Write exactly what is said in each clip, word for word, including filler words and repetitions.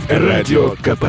Радио КП.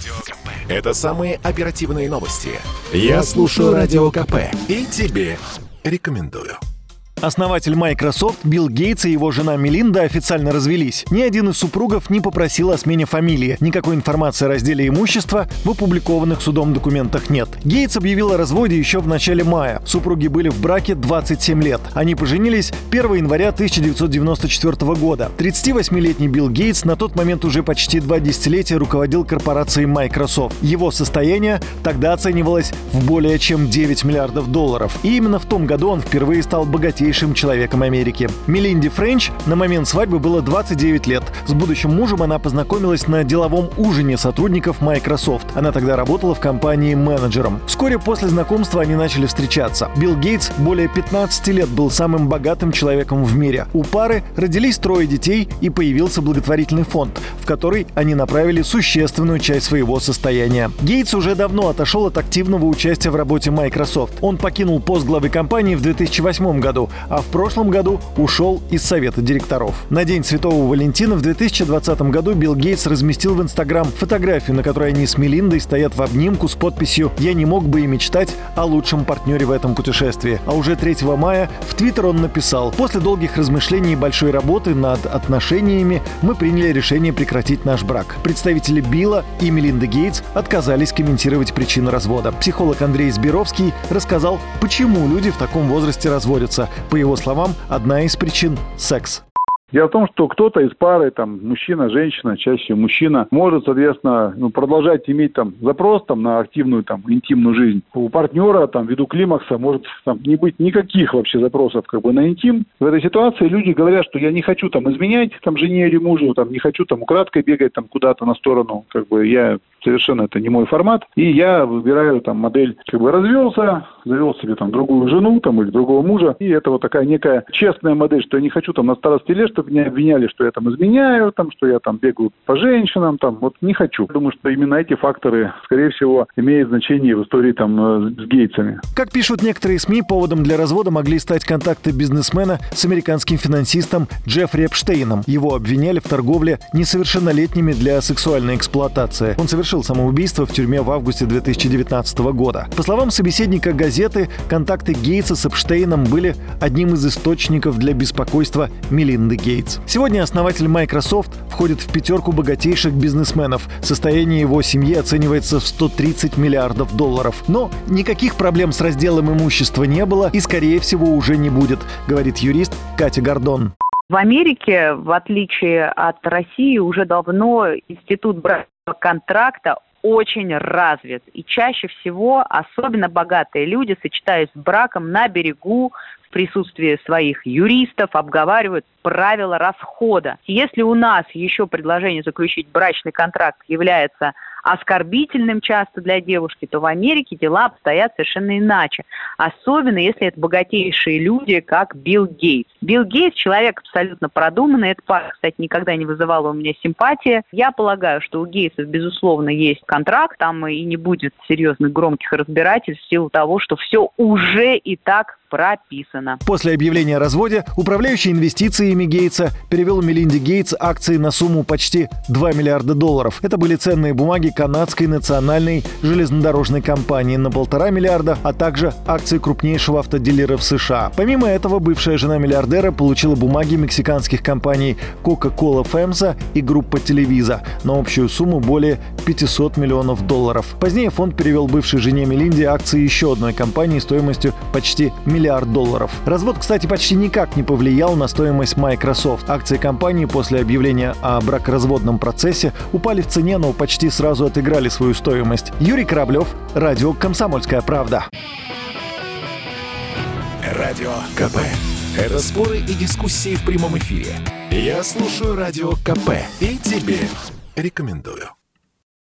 Это самые оперативные новости. Я слушаю Радио КП и тебе рекомендую. Основатель Microsoft Билл Гейтс и его жена Мелинда официально развелись. Ни один из супругов не попросил о смене фамилии. Никакой информации о разделе имущества в опубликованных судом документах нет. Гейтс объявил о разводе еще в начале мая. Супруги были в браке двадцать семь лет. Они поженились первого января тысяча девятьсот девяносто четвёртого года. тридцативосьмилетний Билл Гейтс на тот момент уже почти два десятилетия руководил корпорацией Microsoft. Его состояние тогда оценивалось в более чем девять миллиардов долларов. И именно в том году он впервые стал богатейшим человеком Америки. Мелинде Френч на момент свадьбы было двадцать девять лет. С будущим мужем она познакомилась на деловом ужине сотрудников Microsoft. Она тогда работала в компании менеджером. Вскоре после знакомства они начали встречаться. Билл Гейтс более пятнадцати лет был самым богатым человеком в мире. У пары родились трое детей и появился благотворительный фонд, в который они направили существенную часть своего состояния. Гейтс уже давно отошел от активного участия в работе Microsoft. Он покинул пост главы компании в две тысячи восьмом году, а в прошлом году ушел из совета директоров. На День Святого Валентина в две тысячи двадцатом году Билл Гейтс разместил в Инстаграм фотографию, на которой они с Мелиндой стоят в обнимку с подписью «Я не мог бы и мечтать о лучшем партнере в этом путешествии». А уже третьего мая в Твиттер он написал: «После долгих размышлений и большой работы над отношениями мы приняли решение прекратить наш брак». Представители Билла и Мелинды Гейтс отказались комментировать причины развода. Психолог Андрей Збировский рассказал, почему люди в таком возрасте разводятся. По его словам, одна из причин – секс. Дело в том, что кто-то из пары, там, мужчина, женщина, чаще мужчина, может, соответственно, ну, продолжать иметь там запрос там, на активную, там, интимную жизнь. У партнера, там, ввиду климакса, может там, не быть никаких вообще запросов как бы, на интим. В этой ситуации люди говорят, что я не хочу там изменять там, жене или мужу, там, не хочу там украдкой бегать там, куда-то на сторону. Как бы, я совершенно это не мой формат. И я выбираю там, модель, как бы развелся, завел себе там, другую жену там, или другого мужа. И это вот такая некая честная модель, что я не хочу там, на старости лет, чтобы меня обвиняли, что я там изменяю, там, что я там бегаю по женщинам, там, вот не хочу. Думаю, что именно эти факторы, скорее всего, имеют значение в истории там с Гейтсами. Как пишут некоторые СМИ, поводом для развода могли стать контакты бизнесмена с американским финансистом Джеффри Эпштейном. Его обвиняли в торговле несовершеннолетними для сексуальной эксплуатации. Он совершил самоубийство в тюрьме в августе две тысячи девятнадцатого года. По словам собеседника газеты, контакты Гейтса с Эпштейном были одним из источников для беспокойства Мелинды Гейтс. Сегодня основатель Microsoft входит в пятерку богатейших бизнесменов. Состояние его семьи оценивается в сто тридцать миллиардов долларов. Но никаких проблем с разделом имущества не было и, скорее всего, уже не будет, говорит юрист Катя Гордон. В Америке, в отличие от России, уже давно институт брачного контракта очень развит. И чаще всего особенно богатые люди, сочетаясь с браком на берегу, в присутствии своих юристов, обговаривают правила расхода. Если у нас еще предложение заключить брачный контракт является оскорбительным часто для девушки, то в Америке дела обстоят совершенно иначе. Особенно, если это богатейшие люди, как Билл Гейтс. Билл Гейтс – человек абсолютно продуманный. Эта пара, кстати, никогда не вызывала у меня симпатии. Я полагаю, что у Гейтсов, безусловно, есть контракт. Там и не будет серьезных громких разбирательств в силу того, что все уже и так прописано. После объявления о разводе управляющий инвестициями Гейтса перевел Мелинде Гейтс акции на сумму почти два миллиарда долларов. Это были ценные бумаги канадской национальной железнодорожной компании на полтора миллиарда, а также акции крупнейшего автодилера в США. Помимо этого, бывшая жена миллиардера получила бумаги мексиканских компаний Coca-Cola FEMSA и группа Televisa на общую сумму более пятьсот миллионов долларов. Позднее фонд перевел бывшей жене Мелинде акции еще одной компании стоимостью почти миллиард долларов. Развод, кстати, почти никак не повлиял на стоимость Microsoft. Акции компании после объявления о бракоразводном процессе упали в цене, но почти сразу отыграли свою стоимость. Юрий Кораблев, радио «Комсомольская правда». Радио КП. Это споры и дискуссии в прямом эфире. Я слушаю Радио КП и тебе рекомендую.